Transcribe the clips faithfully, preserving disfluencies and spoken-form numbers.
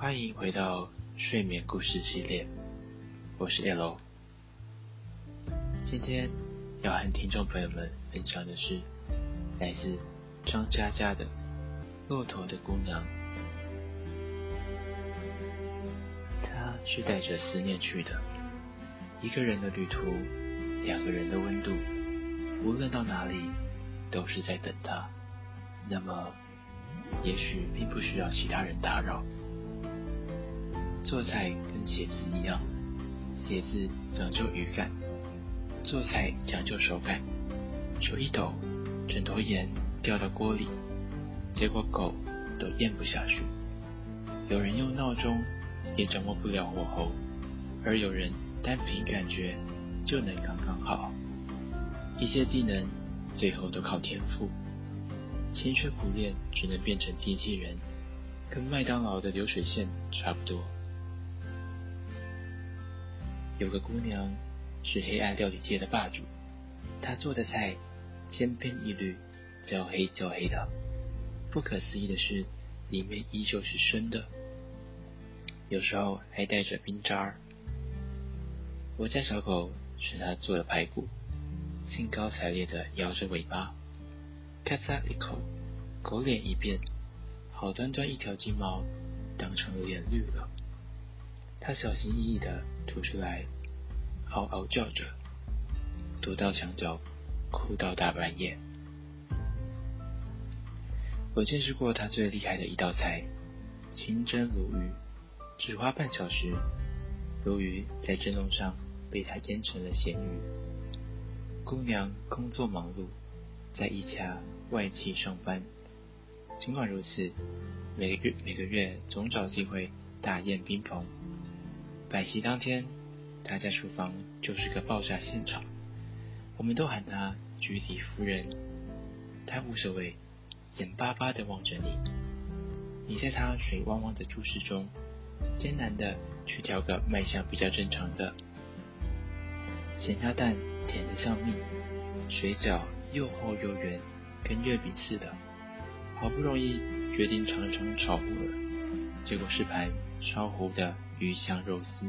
欢迎回到睡眠故事系列，我是 L。 今天要和听众朋友们分享的是来自张嘉佳的《骆驼的姑娘》。她是带着思念去的，一个人的旅途，两个人的温度，无论到哪里都是在等她。那么也许并不需要其他人打扰。做菜跟写字一样，写字讲究语感，做菜讲究手感。手一抖，整坨盐掉到锅里，结果狗都咽不下去。有人用闹钟也掌握不了火候，而有人单凭感觉就能刚刚好。一些技能最后都靠天赋，勤学苦练只能变成机器人，跟麦当劳的流水线差不多。有个姑娘是黑暗料理界的霸主，她做的菜千篇一律，焦黑焦黑的。不可思议的是，里面依旧是生的，有时候还带着冰渣儿。我家小狗是她做的排骨，兴高采烈地摇着尾巴，咔嚓一口，狗脸一变，好端端一条金毛当成脸绿了。他小心翼翼地吐出来，嗷嗷叫着，躲到墙角，哭到大半夜。我见识过他最厉害的一道菜，清蒸鲈鱼，只花半小时，鲈鱼在蒸笼上被他腌成了咸鱼。姑娘工作忙碌，在一家外企上班，尽管如此，每个月每个月总找机会大宴宾朋。摆席当天，他家厨房就是个爆炸现场，我们都喊他居里夫人。他无所谓，眼巴巴地望着你，你在他水汪汪的注视中，艰难地去挑个卖相比较正常的。咸鸭蛋甜得像蜜，水饺又厚又圆，跟月饼似的。好不容易决定尝尝炒糊了，结果是盘烧糊的鱼香肉丝。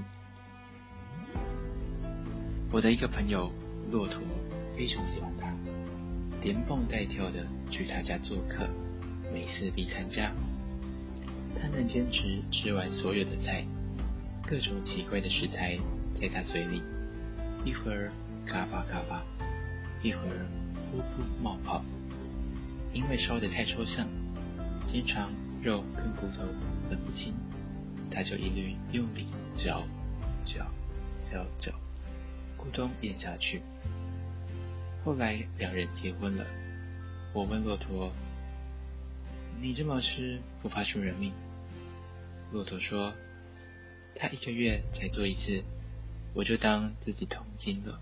我的一个朋友骆驼非常喜欢他，连蹦带跳的去他家做客，每次必参加。他能坚持吃完所有的菜，各种奇怪的食材在他嘴里，一会儿嘎巴嘎巴，一会儿噗噗冒泡。因为烧得太抽象，经常肉跟骨头分不清，他就一律用力嚼嚼嚼嚼，咕咚咽下去。后来两人结婚了，我问骆驼：“你这么吃，不怕出人命？”骆驼说：“他一个月才做一次，我就当自己痛经了。”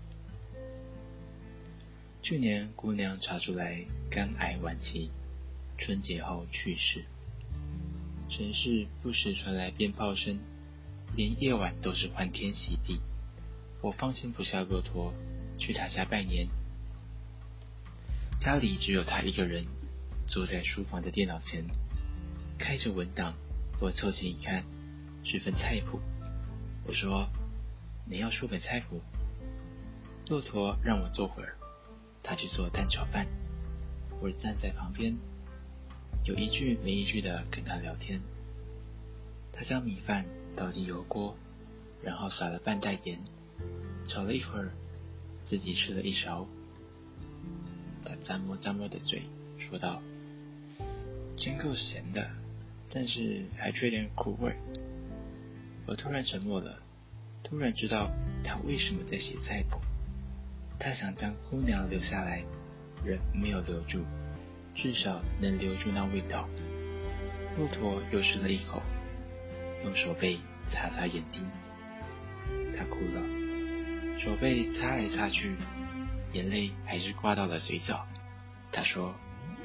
去年姑娘查出来肝癌晚期，春节后去世。城市不时传来鞭炮声，连夜晚都是欢天喜地。我放心不下骆驼，去他家拜年。家里只有他一个人，坐在书房的电脑前，开着文档。我凑近一看，是份菜谱。我说：“你要书本菜谱？”骆驼让我坐会儿，他去做蛋炒饭。我站在旁边，有一句没一句的跟他聊天。他将米饭倒进油锅，然后撒了半袋盐，炒了一会儿，自己吃了一勺。他咂摸咂摸的嘴，说道：“真够咸的，但是还缺点苦味。”我突然沉默了，突然知道他为什么在写菜谱。他想将姑娘留下来，人没有留住，至少能留住那味道。骆驼又吃了一口，用手背擦擦眼睛，他哭了，手背擦来擦去，眼泪还是挂到了嘴角。他说：“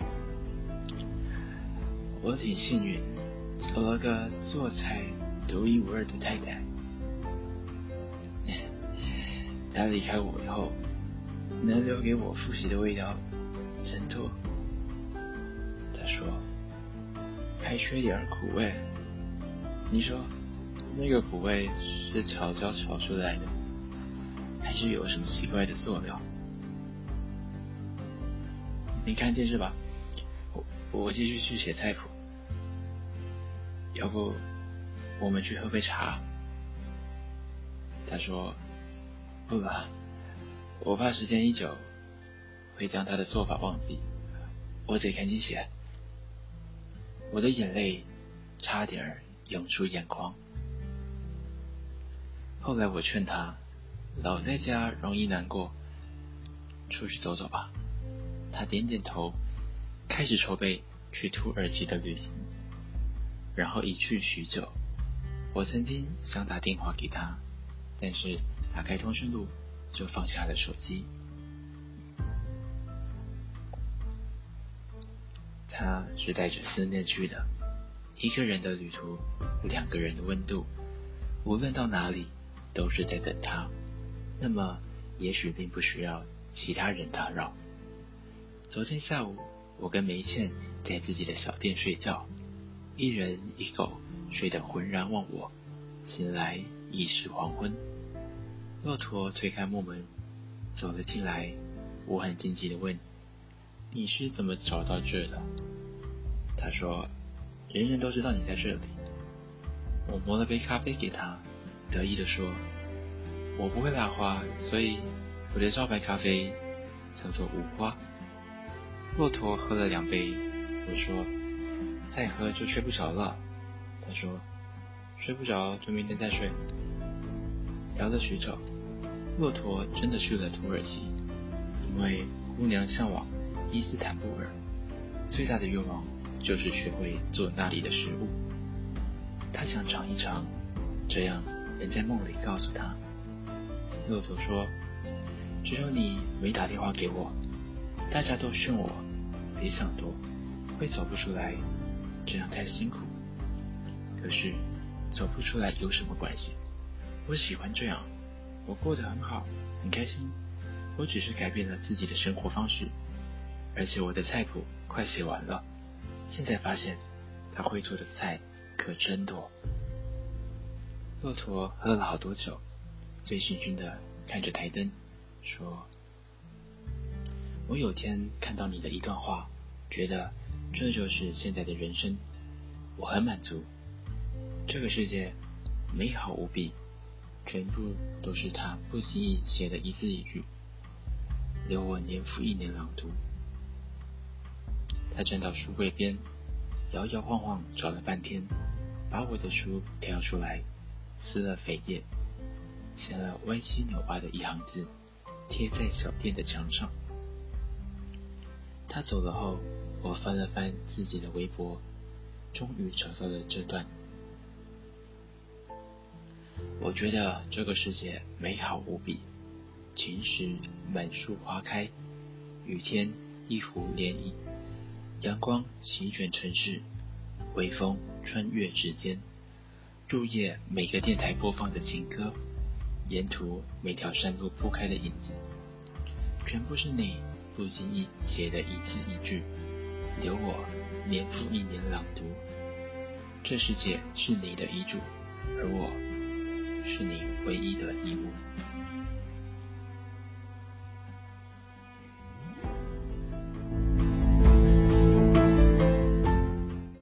我挺幸运，找了个做菜独一无二的太太。她离开我以后，能留给我复习的味道真多。”他说：“还缺点苦味。” 你说那个苦味是炒椒炒出来的，还是有什么奇怪的佐料？你看电视吧，我我继续去写菜谱。要不我们去喝杯茶？他说不了，我怕时间一久会将他的做法忘记，我得赶紧写。我的眼泪差点涌出眼眶。后来我劝他，老在家容易难过，出去走走吧。他点点头，开始筹备去土耳其的旅行，然后一去许久。我曾经想打电话给他，但是打开通讯录就放下了手机。他是带着思念去的，一个人的旅途，两个人的温度，无论到哪里都是在等他。那么也许并不需要其他人打扰。昨天下午，我跟梅倩在自己的小店睡觉，一人一狗睡得浑然忘我，醒来已是黄昏。骆驼推开木门走了进来，我很惊奇地问，你是怎么找到这的？他说，人人都知道你在这里。我磨了杯咖啡给他，得意地说，我不会拉花，所以我的招牌咖啡叫做无花。骆驼喝了两杯，我说，再喝就睡不着了。他说，睡不着就明天再睡。聊了许久，骆驼真的去了土耳其，因为姑娘向往伊斯坦布尔，最大的愿望就是学会做那里的食物。他想尝一尝，这样能在梦里告诉他。骆驼说，只有你没打电话给我，大家都劝我别想多，会走不出来，这样太辛苦。可是走不出来有什么关系？我喜欢这样，我过得很好，很开心。我只是改变了自己的生活方式，而且我的菜谱快写完了。现在发现他会做的菜可真多。骆驼喝了好多酒，醉醺醺的看着台灯，说，我有天看到你的一段话，觉得这就是现在的人生，我很满足。这个世界美好无比，全部都是他不经意写的一字一句，留我年复一年朗读。他站到书柜边，摇摇晃晃找了半天，把我的书挑出来，撕了扉页，写了歪七扭八的一行字，贴在小店的墙上。他走了后，我翻了翻自己的微博，终于找到了这段。我觉得这个世界美好无比，晴时满树花开，雨天一湖涟漪，阳光席卷城市，微风穿越指尖，入夜每个电台播放的情歌，沿途每条山路铺开的影子，全部是你不经意写的一字一句，留我年复一年朗读。这世界是你的遗嘱，而我是你唯一的义务。